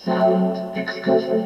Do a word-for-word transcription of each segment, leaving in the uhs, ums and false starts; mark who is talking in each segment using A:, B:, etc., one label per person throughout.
A: Sound excursion.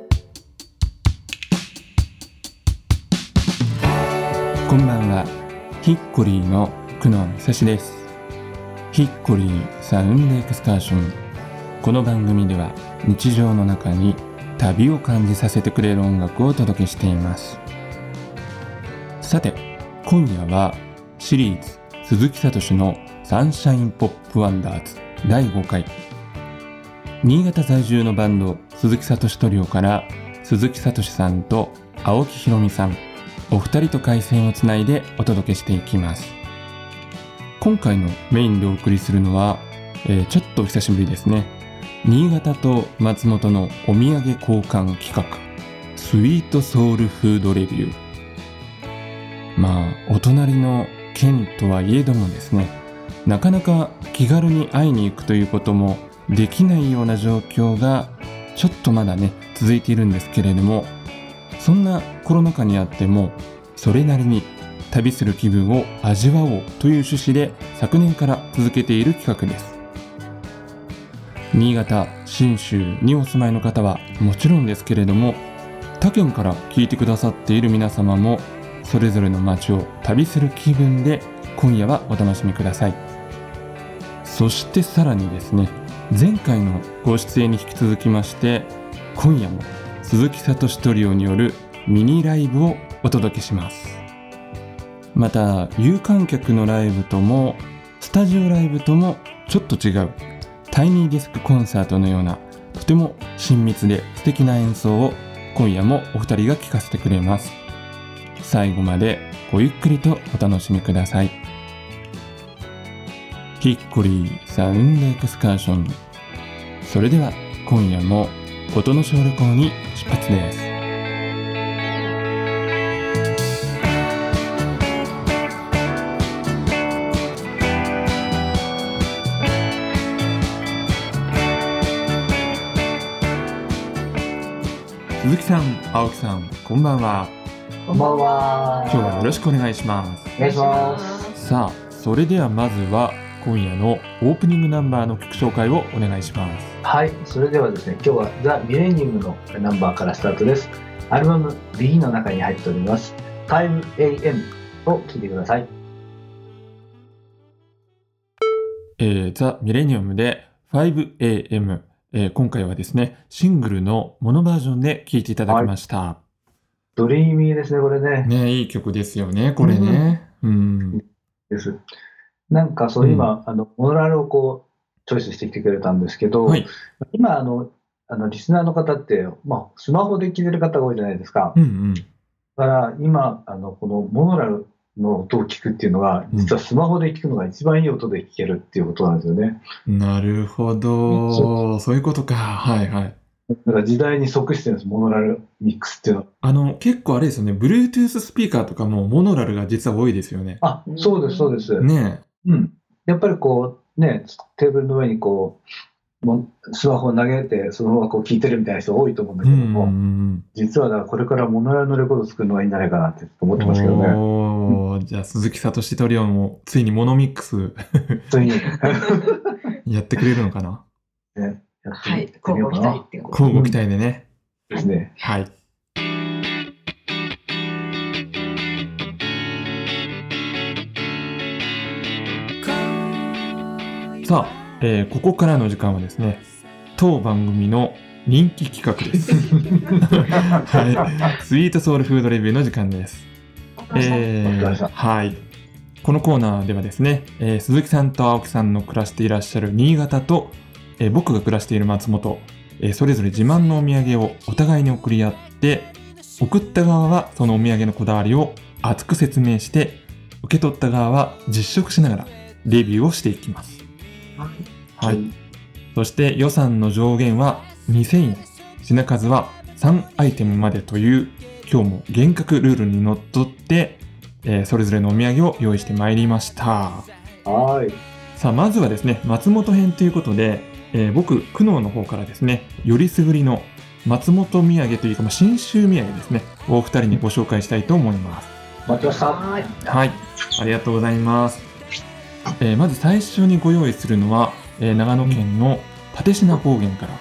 B: こんばんは。ヒッコリーの久野久志です。ヒッコリーサウンドエクスカーション。この番組では日常の中に旅を感じさせてくれる音楽をお届けしています。さて、今夜はシリーズ鈴木聡のサンシャインポップワンダーズだいごかい。新潟在住のバンド鈴木聡トリオから鈴木聡さんと青木ひろみさん、お二人と回線をつないでお届けしていきます。今回のメインでお送りするのは、えー、ちょっとお久しぶりですね。新潟と松本のお土産交換企画、スイートソウルフードレビュー。まあお隣の県とはいえどもですね、なかなか気軽に会いに行くということもできないような状況がちょっとまだね続いているんですけれども、そんなコロナ禍にあってもそれなりに旅する気分を味わおうという趣旨で昨年から続けている企画です。新潟、信州にお住まいの方はもちろんですけれども、他県から聞いてくださっている皆様もそれぞれの街を旅する気分で今夜はお楽しみください。そしてさらにですね、前回のご出演に引き続きまして、今夜も鈴木聡トリオによるミニライブをお届けします。また有観客のライブともスタジオライブともちょっと違うタイニーディスクコンサートのような、とても親密で素敵な演奏を今夜もお二人が聴かせてくれます。最後までごゆっくりとお楽しみください。ヒッコリーサウンドエクスカーション。それでは今夜も音の小旅行に出発です。鈴木さん、青木さん、こんばんは。
C: こんばんは。
B: 今日はよろしくお願いします。
C: お願いします。
B: さあ、それではまずは今夜のオープニングナンバーの曲紹介をお願いします。
C: はい、それではですね、今日はザ・ミレニウムのナンバーからスタートです。アルバム B の中に入っております ファイブエーエム を聴いてください。
B: えー、ザ・ミレニウムで ファイブエーエム、えー、今回はですねシングルのモノバージョンで聴いていただきました、はい、
C: ドリーミーですね、これね。
B: ね、いい曲ですよね、これね。うん、うん、
C: です。なんかそう今、うん、あのモノラルをこうチョイスしてきてくれたんですけど、はい、今あのあのリスナーの方って、まあ、スマホで聴いてる方が多いじゃないですか。
B: うんうん、
C: だから今あのこのモノラルの音を聞くっていうのが、実はスマホで聞くのが一番いい音で聞けるっていうことなんですよね。
B: うん、なるほど、そう、そういうことか。はいはい。
C: だから時代に即してるんです、モノラルミックスっていうのは。
B: あの結構あれですよね、Bluetooth スピーカーとかもモノラルが実は多いですよね。
C: あ、そうですそうです。
B: ね
C: え、うん、やっぱりこうね、テーブルの上にこうもスマホを投げてそのままこう聴いてるみたいな人多いと思うんだけども、うんうんうん、実はだからこれからモノラルのレコード作るのがいいんじゃないかなって思ってますけどね。
B: お、うん、じゃあ鈴木聡トリオもついにモノミックス
C: ついに
B: やってくれるのかな、
C: ね、やって
D: はい、交互期待ってこと。
B: 交互期待でね、
C: うん、ですね。
B: はい。さあ、えー、ここからの時間はですね、当番組の人気企画です、はい、スイートソウルフードレビューの時間です。えー、はい、このコーナーではですね、えー、鈴木さんと青木さんの暮らしていらっしゃる新潟と、えー、僕が暮らしている松本、えー、それぞれ自慢のお土産をお互いに送り合って、送った側はそのお土産のこだわりを熱く説明して、受け取った側は実食しながらレビューをしていきます。はい、そして予算の上限はにせんえん、品数はさんアイテムまでという今日も厳格ルールにのっとって、えー、それぞれのお土産を用意してまいりました。
C: はい。
B: さあまずはですね、松本編ということで、えー、僕久能の方からですね、よりすぐりの松本土産というか、まあ、信州土産ですね、お二人にご紹介したいと思います。
C: 待ってました。
D: はい、
B: はい、ありがとうございます。えー、まず最初にご用意するのは、えー、長野県の立科高原から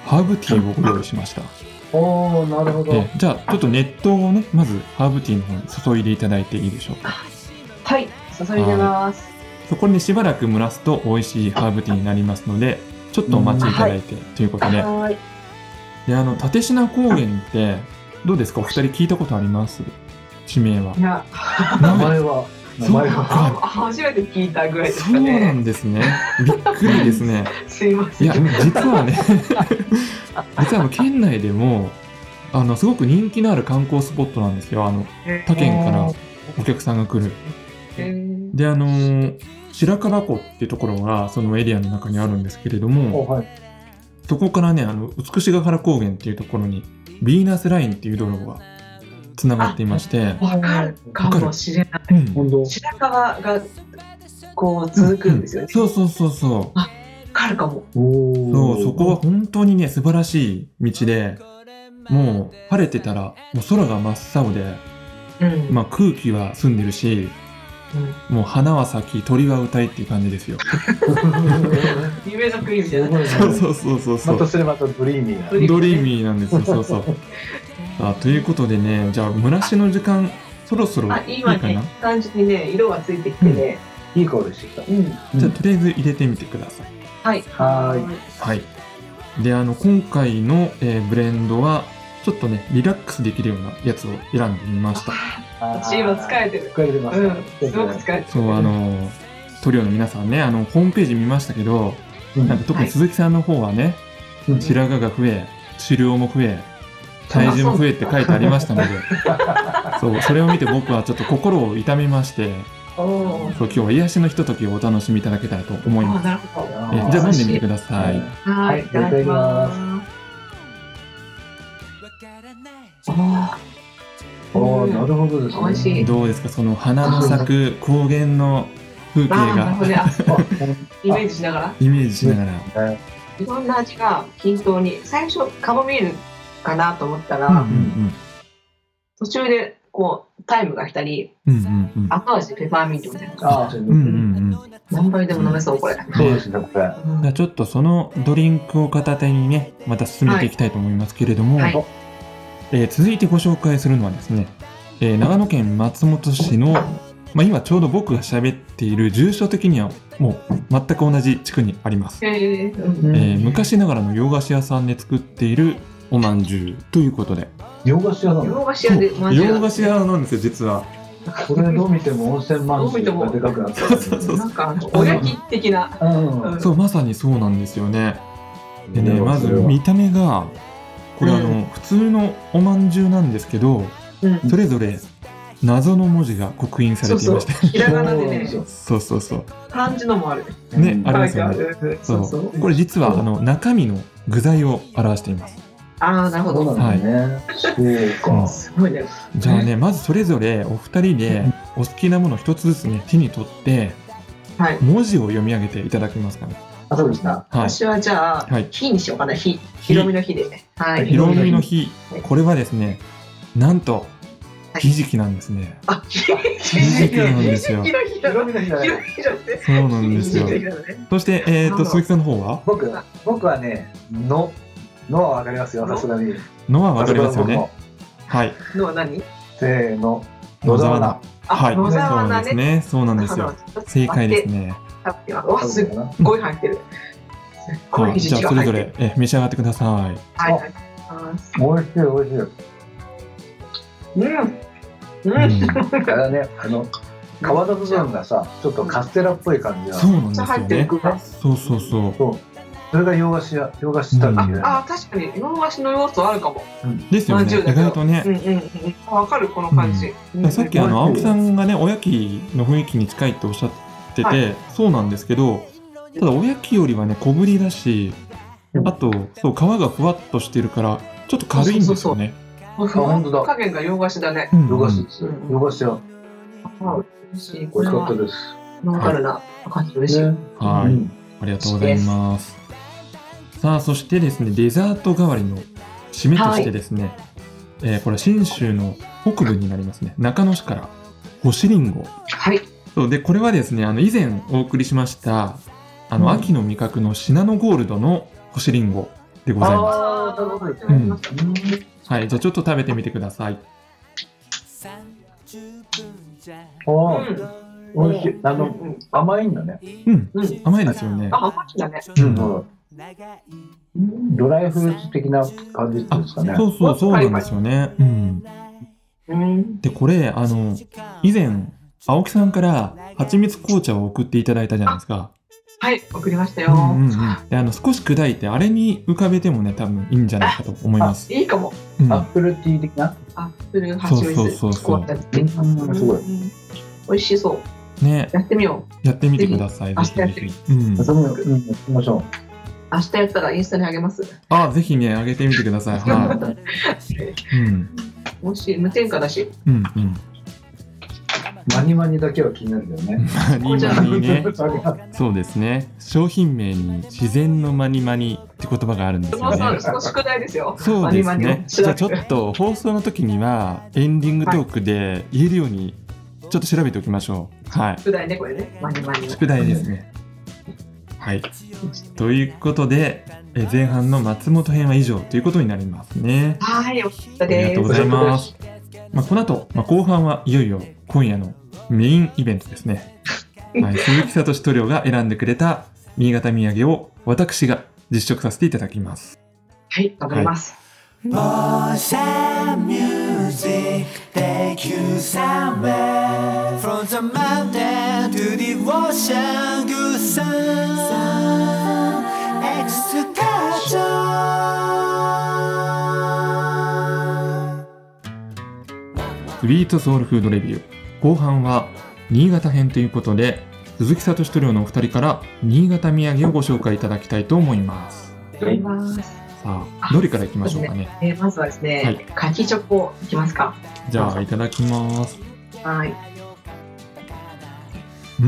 B: ハーブティーをご用意しました。
C: おー、なるほど。
B: えじゃあちょっと熱湯をねまずハーブティーの方に注いでいただいていいでしょうか。
D: はい、注いでます。
B: そこにしばらく蒸らすと美味しいハーブティーになりますのでちょっとお待ちいただいて、うん、ということで、
D: はい、
B: であの蓼科高原ってどうですか、お二人聞いたことあります？地名は。
D: いや、
C: 名前は名前は
D: 初めて聞いたぐらいですかね。
B: そうなんですね。びっくりですね。
D: すいません。
B: いや実はね実は県内でもあのすごく人気のある観光スポットなんですよ。あの他県からお客さんが来る。であのー、白樺湖っていうところがそのエリアの中にあるんですけれども、はい、そこからねあの美しが原高原っていうところにヴィーナスラインっていう道路がつながっていまして、
D: わかるかもしれない、うん、白樺がこう続くんですよね、
B: うんうん、そうそうそうそう、
D: あ、わかるかも。
B: そうそこは本当にね素晴らしい道で、もう晴れてたらもう空が真っ青で、うんまあ、空気は澄んでるし、うん、もう花は咲き鳥は歌いっていう感じですよ。
D: 夢の国みたいな。
B: そうそうそうそうそう。
C: またそれまたドリーミーな。
B: ドリーミーなんですよ。そうそう。あということでね、じゃあ蒸らしの時間そろそろいいかな。
D: 今ね感じにね色がついてきてね、
C: うん、いい香りしてきた。
B: うん、じゃあとりあえず入れてみてください。
D: はい
C: はい
B: はい。であの今回の、えー、ブレンドはちょっとねリラックスできるようなやつを選んでみました。
D: 私今疲れてる。
C: 疲れてます、ね
D: うん。すごく疲れてる。
B: そうあのトリオの皆さんねあのホームページ見ましたけど、うん、なんか特に鈴木さんの方はね、はい、白髪が増え治療も増え体重も増えって書いてありましたのでそうそれを見て僕はちょっと心を痛めまして、そう今日は癒しのひとときをお楽しみいただけたらと思います。
D: なるほど。
B: えじゃあ飲んでみてください。
D: はい、いただきます。
C: おー、なるほどですね。
D: 美味しい。
B: どうですかその花の咲く高原の風景が
D: イメージしながら
B: イメージしながら
D: いろんな味が均等に、最初カモミールかなと思ったら、
B: うんうんうん、
D: 途中でこうタイムが来たり、
B: うんうんうん、
D: 後味ペパーミントみたいな、
C: あ、うんうんうん、
D: 何杯でも飲めそうこれ。
C: そうですねこれ、
B: うん、ちょっとそのドリンクを片手にねまた進めていきたいと思いますけれども、はいはい、えー、続いてご紹介するのはですね、えー、長野県松本市の、まあ、今ちょうど僕が喋っている住所的にはもう全く同じ地区にあります、
D: えー
B: うんえー、昔ながらの洋菓子屋さんで作っているおまんじゅうということで。
C: 洋菓子屋なの？
D: 洋菓子屋でまんじゅう。
B: 洋菓子屋なんですよ実は。
C: これどう見ても温泉まんじゅうがでかくなってる。
D: なんかおやき的な、
B: うん、そうまさにそうなんですよね。でねまず見た目がこれあの、うん、普通のおまんじゅうなんですけど、うん、それぞれ謎の文字が刻印されていまして、
D: ひらがなでね、
B: そうそうそう
D: 漢字のもある
B: ね、うん、ありますよね。そうそう、これ実はあの中身の具材を表しています。
D: ああ、なるほど。
C: はい。そうか。
D: すごいね。
B: じゃあね、まずそれぞれお二人でお好きなもの一つずつね手に取って、はい、文字を読み上げていただけますかね。
C: あ、そうですね。はい、
D: 私はじゃあ、はい、日にしようかな。日。ひろみの日で。
B: はい。ひろみの日。これはですね、なんとひじきなんですね。
D: あ、ひ
B: じきなんですよ。
D: ひろひろみの日。
B: そうなんですよ。そしてえっと鈴木さんの方は？
C: 僕僕はね、ののはわかりますよ。さすがに。
B: のはわかりますよね。はい。
D: のは何？
C: せーの。
B: 野沢菜。
D: はい。野沢菜
B: ですね。そうなんですよ。正解ですね。
D: わ、すっごい入ってる。
B: はい、じゃあそれぞれえ召し上がってください。
D: はいはい。
C: おいしいおいしい。
D: うん。うん。
C: あれね、あの皮の部分がさ、ちょっとカステラっぽい感じが。
B: そうなんですよね。そうそうそう。
C: そう。それが洋菓子や洋菓子スタイルね。
D: ああ、確かに洋菓子の要素あるかも。
B: ですよね。意外とね。
D: うんうんうん。わかるこの感じ。
B: さっきあの青木さんがねおやきの雰囲気に近いっておっしゃってて、そうなんですけど。ただおやきよりはね小ぶりだし、あとそう皮がふわっとしてるからちょっと軽いんですよね。
D: そうそうそう。本当だ。加減が洋菓子だね。
C: 洋菓子です。洋菓子屋。
D: 美味しい。
C: 美味しかったです。
D: ノンアルな感じ嬉しい。
B: はい。ありがとうございます。さあそしてですねデザート代わりの締めとしてですね、えこれは信州の北部になりますね。中野市から干しりんご。
D: はい。
B: そうでこれはですねあの以前お送りしましたあの、うん、秋の味覚のシナノゴールドの干しりんごでございます。
D: ああ、なるほど。いただきました。
B: はい、じゃあちょっと食べてみてください。
C: おー、美味しい。あの、甘いんだね。
B: うん、甘いですよね。
D: あ、甘いんだね。
C: うん。ドライフルーツ的な感じですかね。
B: そうそう、そうなんですよね。うん。で、これ、あの、以前、青木さんから蜂蜜紅茶を送っていただいたじゃないですか。
D: はい、送りましたよ。
B: うんうんうん、であの少し砕いてあれに浮かべてもね多分いいんじゃないかと思います。
D: いいかも、
B: うん、
C: アップルティー的な
D: アップル蜂蜜
B: そうそうそうそう、
D: すごい美味しそうね。やってみよ
B: う。やってみてください。
D: 明日やってみ、
C: うん、そのうん、やってみましょう。
D: 明日やったらインスタにあげます。
B: あ、ぜひねあげてみてください。はい。うん。
D: もし無添加だし。
B: うんうん。
C: マニマニだけは気になるけどね。
B: マニマニね。そうですね。商品名に自然のマニマニって言葉があるんですよね。
D: そうそう、宿題ですよ。
B: そうですね。じゃあちょっと放送の時にはエンディングトークで言えるようにちょっと調べておきましょう。はい。
D: 宿題ね、これね。マニマニ。
B: 宿題ですね。はい。ということでえ前半の松本編は以上ということになりますね。
D: はい、お疲れ様です。
B: ありがとうございます。まあ、この後、まあ、後半はいよいよ今夜のメインイベントですね。はい、鈴木聡塗料が選んでくれた新潟土産を私が実食させていただきます。
D: はい、頑張ります。はい
B: スイートソウルフードレビュー後半は新潟編ということで鈴木聡塗料のお二人から新潟土産をご紹介いただきたいと思います。
D: はい、さ
B: あ、どれからいきましょうかね。
D: えー、まずはですね、はい、柿チョコいきますか。
B: じゃあいただきます。
D: はい。
B: うん。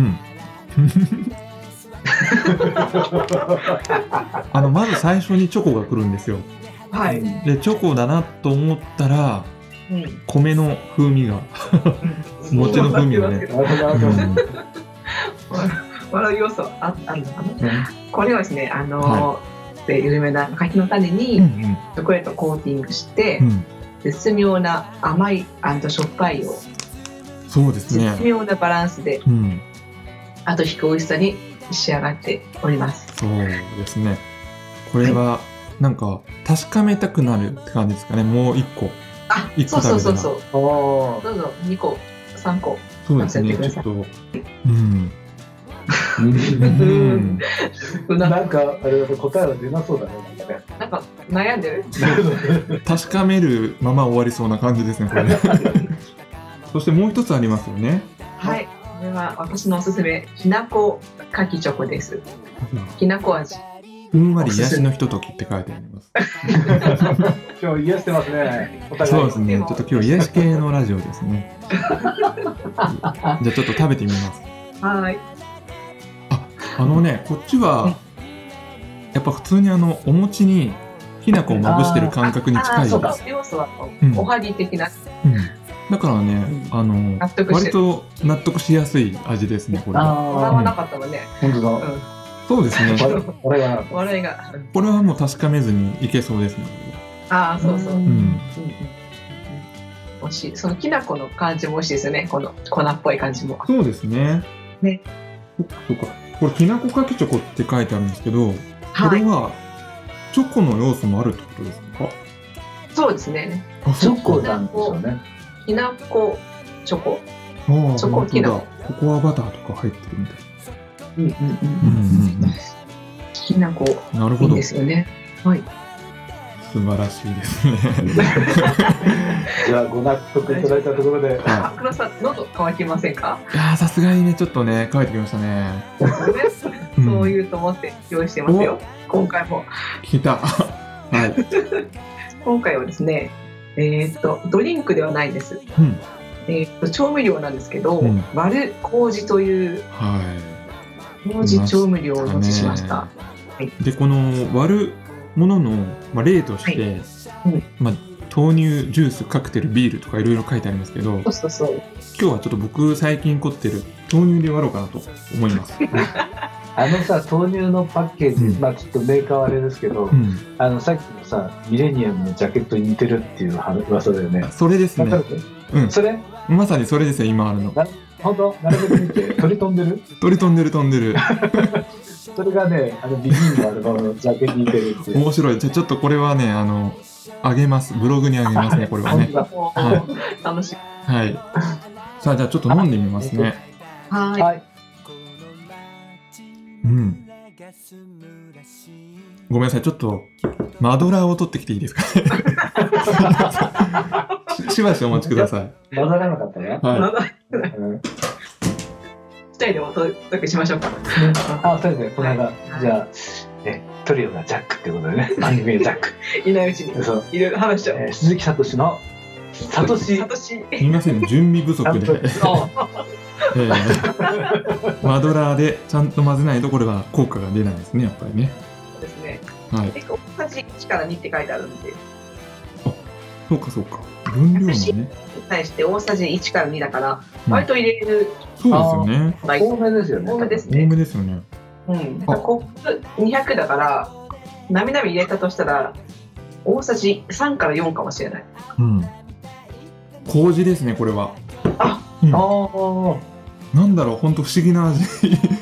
B: あのまず最初にチョコが来るんですよ。
D: はい。
B: でチョコだなと思ったら。うん、米の風味が餅の風味がね、
D: 笑う要素ああるのかな、うん、これはですね、あの、はい、有名な柿の種にチョコレートをコーティングして、うん、絶妙な甘い&しょっぱいを
B: そうですね、
D: 絶妙なバランスで、うん、後引く美味しさに仕上がっております。
B: そうですね、これはなんか確かめたくなるって感じですかね。もう一個
D: あ、そうそうそうそう。どうぞにこさんこ。
B: そうですね。ちょっと、うん。
C: うん、なんかあれだと答えは出なそうだね。
D: なんか悩んでる。
B: 確かめるまま終わりそうな感じですね。これ。そしてもう一つありますよね。
D: はい。これは私のおすすめきなこ柿チョコです。きなこ味。
B: ふんわり癒しのひとときって書いてあります。
C: 今日癒してますね。
B: そうですね。ちょっと今日癒し系のラジオですね。じゃあちょっと食べてみます。
D: はい。
B: あ、あのね、こっちはやっぱ普通にあのお餅にきな粉をまぶしてる感覚に近いです。
D: そうか。要素はおはぎ的な。
B: うん。だからね、あの割と納得しやすい味ですね。これは。
D: 笑わなかったわね。
C: 本当だ。
B: そうですね。
C: これは
D: 笑いが。
B: これはもう確かめずにいけそうですね。
D: ああ、そうそう。うん。うん、美味しい。そのきな粉の感じも美味しいですよね。この粉っぽい感じも。
B: そうですね。
D: ね。
B: そうか。これきなこかきチョコって書いてあるんですけど、はい、これはチョコの要素もあるってことですか？
D: そうですね。
C: チョコなんですよね。
D: きなこチョコ。
B: ああ、チョコきなこ。ココアバターとか入ってるみたい。
D: うんうんうんうん。きなこいいんですよね。はい。
B: 素晴らしいですね。
C: じゃあご納得いただいたところで。
D: あ、黒さん喉乾きませんか？
B: いやさすがにねちょっとね乾いてきましたね。
D: そういうと思って用意してますよ。今回も。
B: 来た。はい。
D: 今回はですね、えっとドリンクではないんです。うん、えっと調味料なんですけど、うん、割る麹という。はい。麹調味料をお持ちしました。はい、
B: でこの割るものの、まあ、例として、はいうんまあ、豆乳ジュースカクテルビールとかいろいろ書いてありますけど、
D: そうそうそう
B: 今日はちょっと僕最近凝ってる豆乳で割ろうかなと思います。
C: あのさ豆乳のパッケージ、うん、まあちょっとメーカーはあれですけど、うん、あのさっきのさミレニアムのジャケットに似てるっていう噂だよね。
B: それですね。
C: うん、それ
B: まさにそれですよ今あるの。
C: 本当なるべく見て鳥飛んでる
B: 鳥飛んでる飛んでる
C: それがねあのビギンのアルバムのジャケに似てるっていう。
B: 面白い。じゃあちょっとこれはねあのあげますブログにあげますねこれはね。
D: はい、楽しい。
B: はい。さあじゃあちょっと飲んでみますね。
D: はい。はい。
B: うん。ごめんなさいちょっとマドラーを取ってきていいですかねしばしお待ちください。
C: マドラーなかったね。
B: はい。
D: 二人でお届けしましょうか。
C: あ、そうですね。この間、はい、じゃあ、ね、トリオがジャックってことでね、番組でジャック。
D: いないうちに、そういろいろ話しちゃう。えー、
C: 鈴木聡の、聡。
D: 聡。す
B: みません、準備不足で。えー、マドラーでちゃんと混ぜないとこれは効果が出ないですね、やっぱりね。
D: そうですね。
B: はい。
D: 結構大さじいちからにって書いてあるんで。
B: あ、そうかそうか。分量のね。
D: に対して大さじいちからにだから、割と入れる。
B: そうですよね。
C: 多めですよね。
D: 多めですね。
B: 多めですよね。
D: うん。コップにひゃくだから、なみなみ入れたとしたら、大さじさんからよんかもしれない。
B: うん。麹ですね、これは。
D: あ、
B: うん、ああ。なんだろう、本当不思議な味。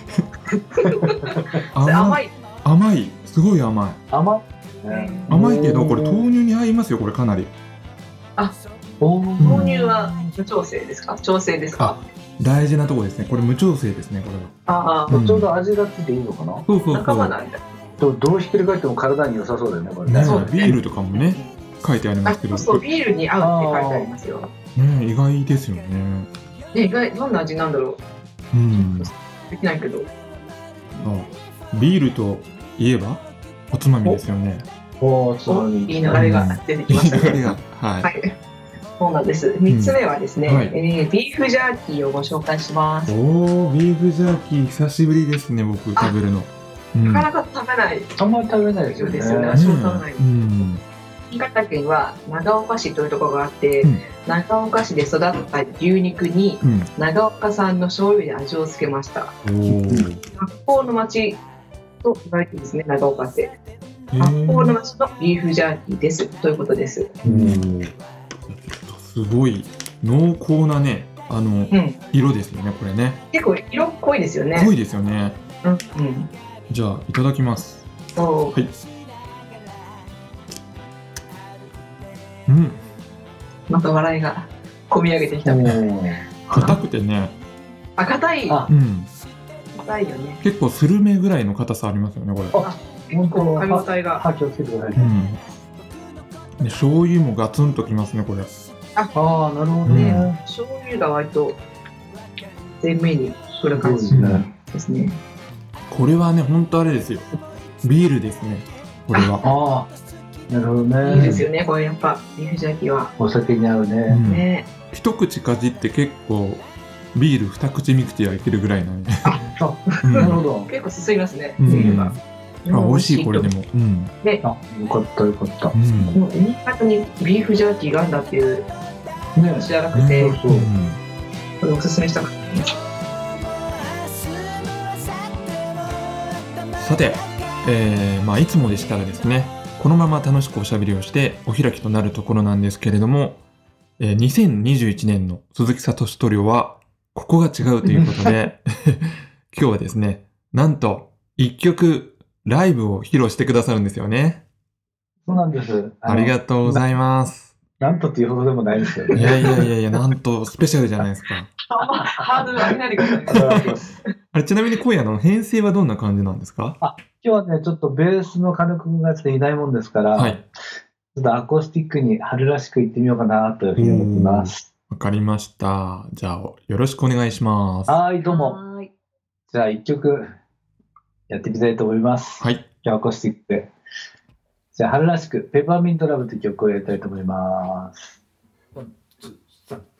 D: 甘い。
B: 甘い。すごい甘い。
C: 甘い。
B: 甘いけど、これ豆乳に合いますよ、これかなり。
D: あ、豆乳は無調整ですか？調整ですか？
B: 大事なところですね。これ無調整ですね、これは。
C: ああ、うん、ちょうど味がついていいのかな。
B: そうそうそう。
D: 仲間なんだ。
C: どうひっくり返っても体に良さそうだよね、これね。
B: そうビールとかもね、書いてありますけど。
D: そう、ビールに合うって書いてありますよ。
B: ね、意外ですよね。
D: ね、意外、どんな味なんだろう。
B: うん。
D: できないけど。
B: あ、ビールといえばおつまみですよね。
C: お、おつまみ。
D: いい流れが出てきましたね。
B: いい流れが、はい。
D: はいそうなんです。みっつめはですね、うんはい、えー、ビーフジャーキーをご紹介します。
B: おー、ビーフジャーキー久しぶりですね、僕食べるの。
D: うん、なかなか食べない。
C: あんまり食べないですよね。
D: 私も食べない。新潟県は長岡市というところがあって、うん、長岡市で育った牛肉に、うん、長岡産の醤油で味をつけました。発酵の町と言われてですね、長岡って。発酵の町のビーフジャーキーですということです。
B: すごい濃厚なね、あの、うん、色ですよね、これね。
D: 結構色濃いですよね。
B: 濃いですよね。
D: うんうん、
B: じゃあいただきます。
D: はい。
B: うん。
D: また笑いがこみ上げてきた。
B: 硬くてね。
D: あ、硬い。
B: うん。
D: 硬いよね。
B: 結構スルメぐらいの硬さありますよね、これ。
D: あ、本当。噛み応えが。
C: 歯気をつけてください。
B: うん。で、醤油もガツンときますね、これ。
D: ああ、なるほどね、うん。醤油が割と前面に来る感じですね。
B: これはね、本当あれですよ。ビールですね。これは。
C: ああ、なるほどね。
D: いいですよね、これやっぱビーフジャーキーは。
C: お酒に合うね。うん、
D: ね。
B: 一口かじって結構ビール二口三口はいけるぐらいなんで。
C: あ、うん、なるほど。
D: 結構進みますね、ビールが。
B: うん、あ、美味しいこれでも。うん。
D: で、
C: あ、よかったよかった。
B: うん、
D: この新潟にビーフジャーキーがあるんだっていうね、知らなくて、ね、そうそう、これおすすめしたかったね。
B: さて、えーまあ、いつもでしたらですね、このまま楽しくおしゃべりをしてお開きとなるところなんですけれども、えー、にせんにじゅういちねんの鈴木聡トリオはここが違うということで今日はですね、なんといっきょくライブを披露してくださるんですよね。
C: そうなんです。
B: ありがとうございます。
C: なんとっていうほどでもないですよね。
B: いやいやいやいや、なんとスペシャルじゃないですか。
D: ハードル上げないでください。
B: あれ、ちなみに今夜の編成はどんな感じなんですか？
C: あ、今日はね、ちょっとベースの金子君がいないもんですから、はい、ちょっとアコースティックに春らしく行ってみようかなというふうに思ってます。
B: わかりました。じゃあ、よろしくお願いします。
C: はい、どうも。じゃあ、一曲やってみたいと思います。
B: はい。
C: 今日アコースティックで。じゃあ、春らしく、ペーパーミントラブという曲をやりたいと思います。ワン、ツー、サン。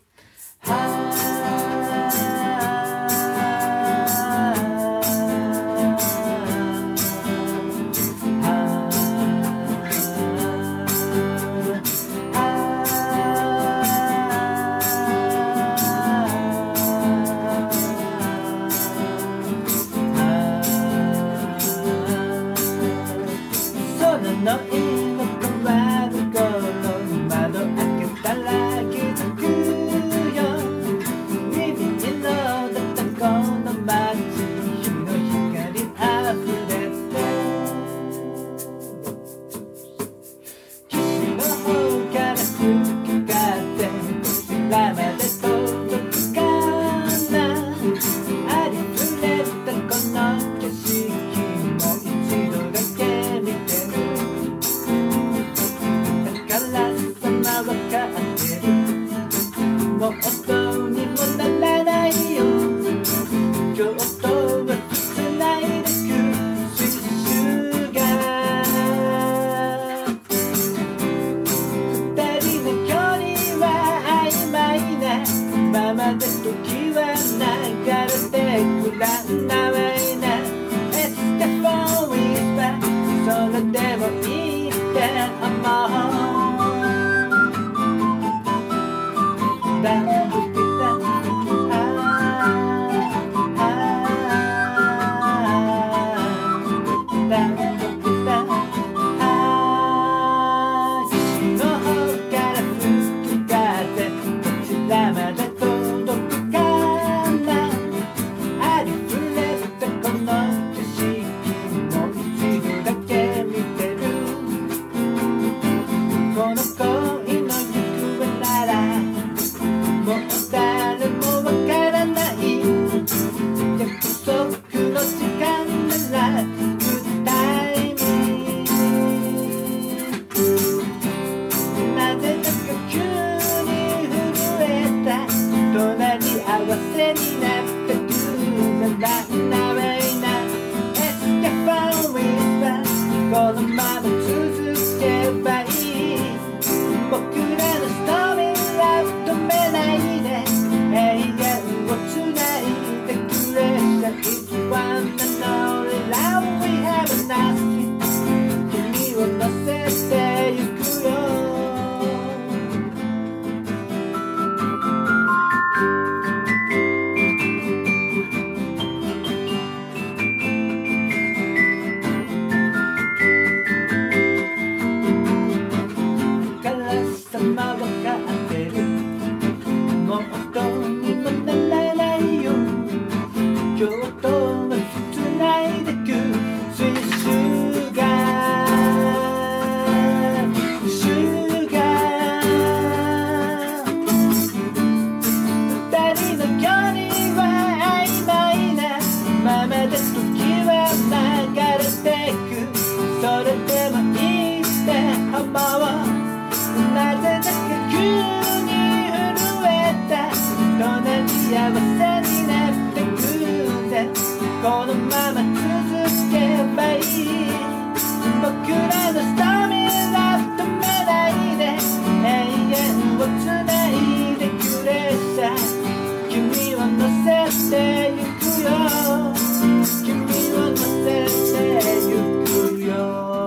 B: 幸せになってくんで、このまま続けばいい。僕らのスタミナ止めないで、永遠をつないでくれさ。君を乗せてゆくよ、君を乗せてゆくよ。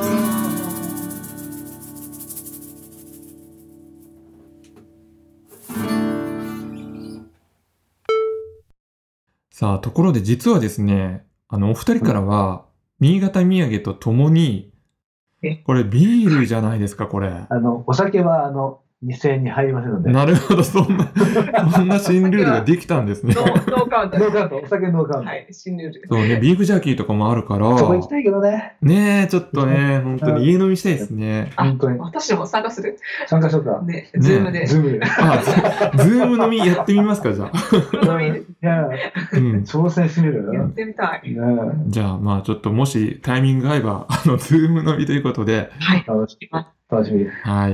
B: さあ、ところで実はですね、あのお二人からは、うん、新潟土産とともに、これビールじゃないですか、これ。
C: あのお酒はあのにせんえんに入りませんので。
B: なるほど、そんなそんな新ルールができたんですね。
D: ノーカウント。
C: ノーカウント、お酒ノーカウント。
D: はい、新ルール。
B: そうね、ビーフジャーキーとかもあるから。
C: そこ行きたいけどね。
B: ねえ、ちょっとね、本当に家飲みしたいですね。
C: 本当に。
D: 私も参加する。
C: 参加しようか。
D: ね、ズームで。
C: ズームで。
B: あ、ズーム飲みやってみますか、じゃあ。
C: いや、挑戦してみる。
D: やってみたい。
B: じゃあ、まあちょっともしタイミングが合えば、あのズーム飲みということで。
D: はい。
C: 楽しみ。楽しみ。
B: はい。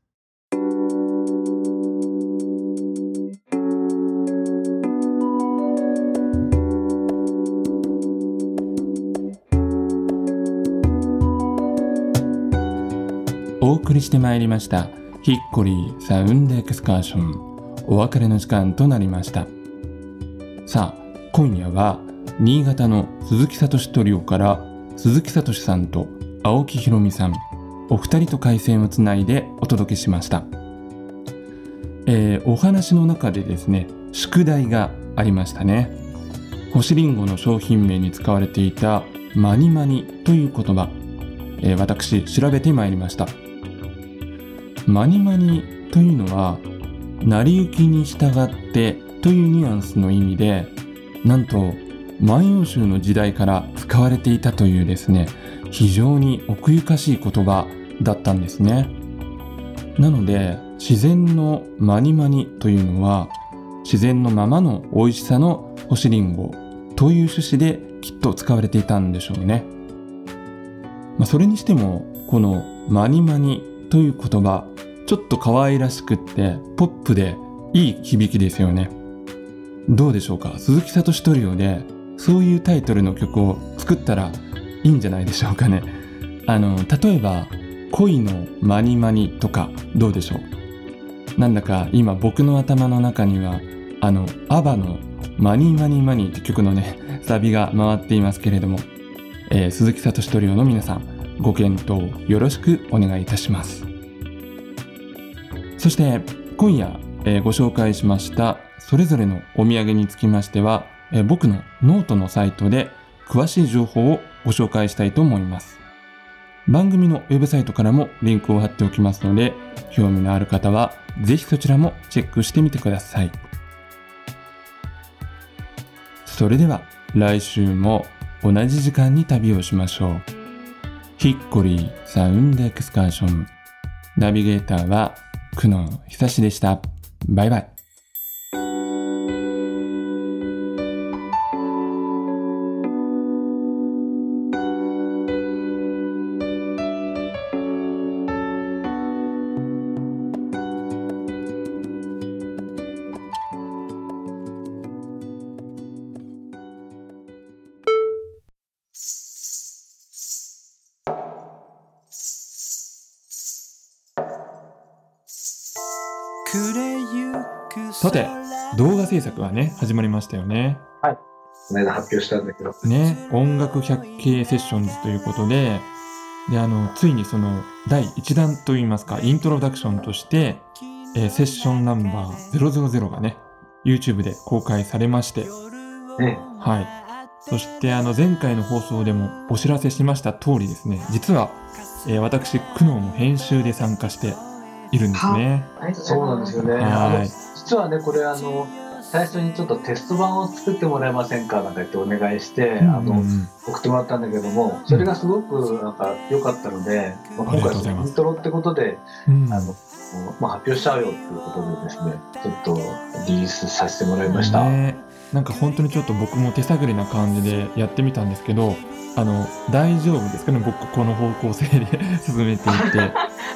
B: お送りしてまいりましたヒッコリーサウンドエクスカーション、お別れの時間となりました。さあ、今夜は新潟の鈴木聡トリオから鈴木聡さんと青木ひろみさん、お二人と回線をつないでお届けしました。えー、お話の中でですね、宿題がありましたね。星りんごの商品名に使われていたマニマニという言葉、えー、私調べてまいりました。マニマニというのは成り行きに従ってというニュアンスの意味で、なんと万葉集の時代から使われていたというですね、非常に奥ゆかしい言葉だったんですね。なので自然のマニマニというのは自然のままの美味しさの干しりんごという趣旨できっと使われていたんでしょうね。まあ、それにしてもこのマニマニという言葉、ちょっと可愛らしくってポップでいい響きですよね。どうでしょうか、鈴木聡トリオでそういうタイトルの曲を作ったらいいんじゃないでしょうかね。あの例えば恋のマニマニとかどうでしょう。なんだか今僕の頭の中にはあのアバのマニマニマニって曲のねサビが回っていますけれども、えー、鈴木聡トリオの皆さんご検討よろしくお願いいたします。そして今夜、えー、ご紹介しましたそれぞれのお土産につきましては、えー、僕のノートのサイトで詳しい情報をご紹介したいと思います。番組のウェブサイトからもリンクを貼っておきますので、興味のある方はぜひそちらもチェックしてみてください。それでは来週も同じ時間に旅をしましょう。ヒッコリーサウンドエクスカーション、ナビゲーターは久野久志でした。バイバイ。さて、動画制作はね始まりましたよね。
C: はい、この間発表したんだけど
B: ね、音楽百景セッションズということで、であのついにそのだいいちだんといいますかイントロダクションとして、えー、セッションナンバーゼロゼロゼロがね YouTube で公開されまして、
C: ね、
B: はい、そしてあの前回の放送でもお知らせしました通りですね、実は、えー、私久能も編集で参加しているんですね。
C: そうなんですよね。
B: はい、
C: 実はねこれあの最初にちょっとテスト版を作ってもらえませんかなんか言ってお願いして、うんうん、あの送ってもらったんだけども、それがすごくなんか良かったので、うん、まあ、今回そのイントロってことで、うん、あのまあ、発表しちゃうよっていうことでですね、ちょっとリリースさせてもらいました、
B: ね、なんか本当にちょっと僕も手探りな感じでやってみたんですけど、あの大丈夫ですかね、僕この方向性で進めていて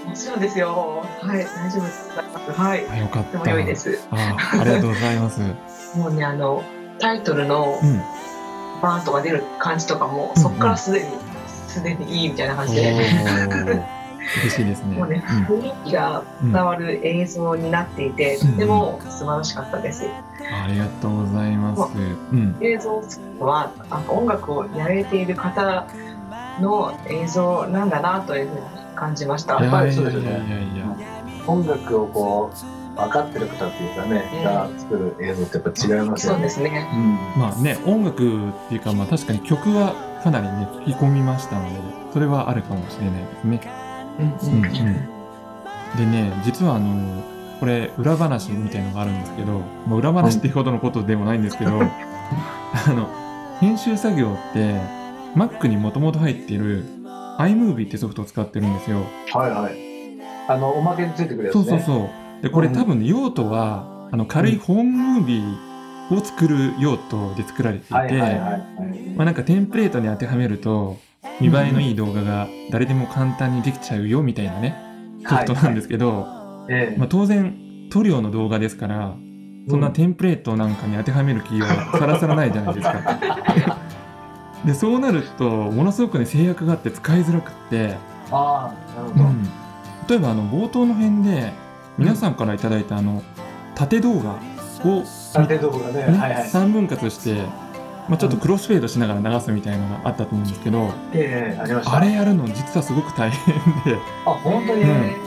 D: もちろんですよ。はい、大丈夫です。はい。
B: あ、よかった。
D: とても良いです。
B: あ、ありがとうございます。
D: もうね、あのタイトルのバーンとか出る感じとかも、うん、そこからすでに、すでにいいみたいな感じで。
B: 嬉しいですね。
D: もうね、雰囲気が伝わる映像になっていて、うん、とても素晴らしかったです。うん、
B: ありがとうございます。うん、
D: 映像を作るのは、あの音楽をやられている方の映像なんだなというふうに感じました。
C: やっぱりそうですよね。いやいやいや、音楽をこう分かってる方っていうかね、うん、が作る映像ってやっぱ違いますよね。
D: そうですね。
B: うん、まあね、音楽っていうか、まあ確かに曲はかなりね吹き込みましたので、それはあるかもしれないですね。うんうんうん、でね、実はあのこれ裏話みたいのがあるんですけど、まあ、裏話っていうほどのことでもないんですけど、うん、あの編集作業って Mac にもともと入っている iMovie ってソフトを使ってるんですよ。
C: はいはい。あのおまけについてくるやつね。
B: そうそうそう。でこれ多分、ね、用途はあの軽いホームムービーを作る用途で作られていて、まあなんかテンプレートに当てはめると見栄えのいい動画が誰でも簡単にできちゃうよみたいなね、ソフトなんですけど、はいはい、まあ、当然塗料の動画ですからそんなテンプレートなんかに当てはめる気はさらさらないじゃないですか。でそうなるとものすごくね制約があって使いづらくって、
C: あー、なるほど、うん、
B: 例えばあの冒頭の辺で皆さんからいただいたあの縦動画を、
C: 縦動画ね、
B: ね、
C: はいはい、
B: さんぶん割してまあ、ちょっとクロスフェードしながら流すみたいなのがあったと思うんですけど、
C: えー、ありました。
B: あれやるの実はすごく大変で、
C: あ、本当に、うん、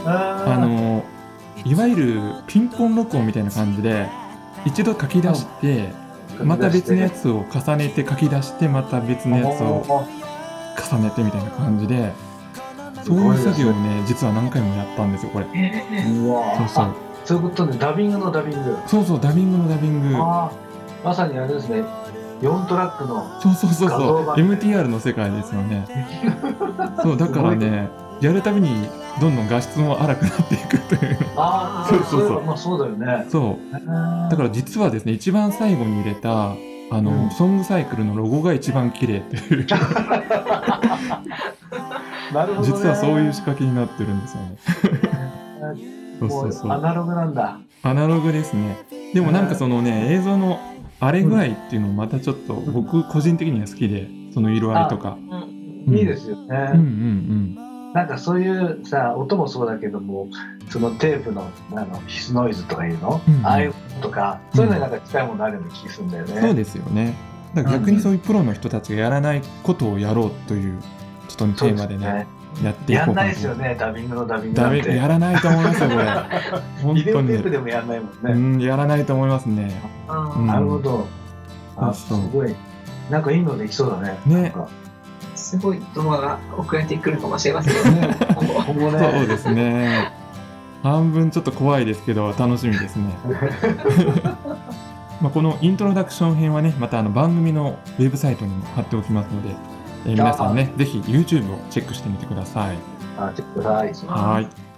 B: ああのいわゆるピンポン録音みたいな感じで一度書き出して、うん、また別のやつを重ねて書き出してまた別のやつを重ねてみたいな感じで、そういう作業をね実は何回もやったんですよこれ。
C: えー、うわ、そうそう、そういうことでダビングのダビング、
B: そうそう、ダビングのダビング、
C: あ、まさにあれですね、よんトラックの
B: そうそうそうそう エムティーアール の世界ですよね。そうだからね、やるたびにどんどん画質も荒くなっていくという。
C: ああ、そうそうそう、まあそうだよね。
B: そうだから実はですね、一番最後に入れたあの、うん、ソングサイクルのロゴが一番綺麗っていう
C: なるほどね、
B: 実はそういう仕掛けになってるんですよね。
C: そうそうそう、アナログなんだ。
B: アナログですね。でもなんかそのね、映像の荒れ具合っていうのもまたちょっと僕個人的には好きで、その色合いとか、
C: うん、いいですよね。うんうんうん、なんかそういうさ、音もそうだけども、そのテープのあのヒスノイズとかいうの、うんうん、ああいうとか、そういうのになんか近いものあるような気がするんだよね。
B: そうですよね。だから逆にそういうプロの人たちがやらないことをやろうというちょっとテーマでね、やっていこうかなと。
C: やんないですよね、ダビングのダビングなんて。
B: やらないと思いますよこれ。本当に
C: ビデオテープでもやんないもんね。
B: うん、やらないと思いますね。
C: あ、うん、なるほど。あ、すごい。なんかいいのできそうだね。
D: ね。すごい動画が送られてくるかもしれませんね。
B: 今後ね。そうですね。半分ちょっと怖いですけど楽しみですね。まあこのイントロダクション編はね、またあの番組のウェブサイトにも貼っておきますので、えー、皆さんねぜひ YouTube をチェックしてみてください。
C: あ、チェックください。
B: はい。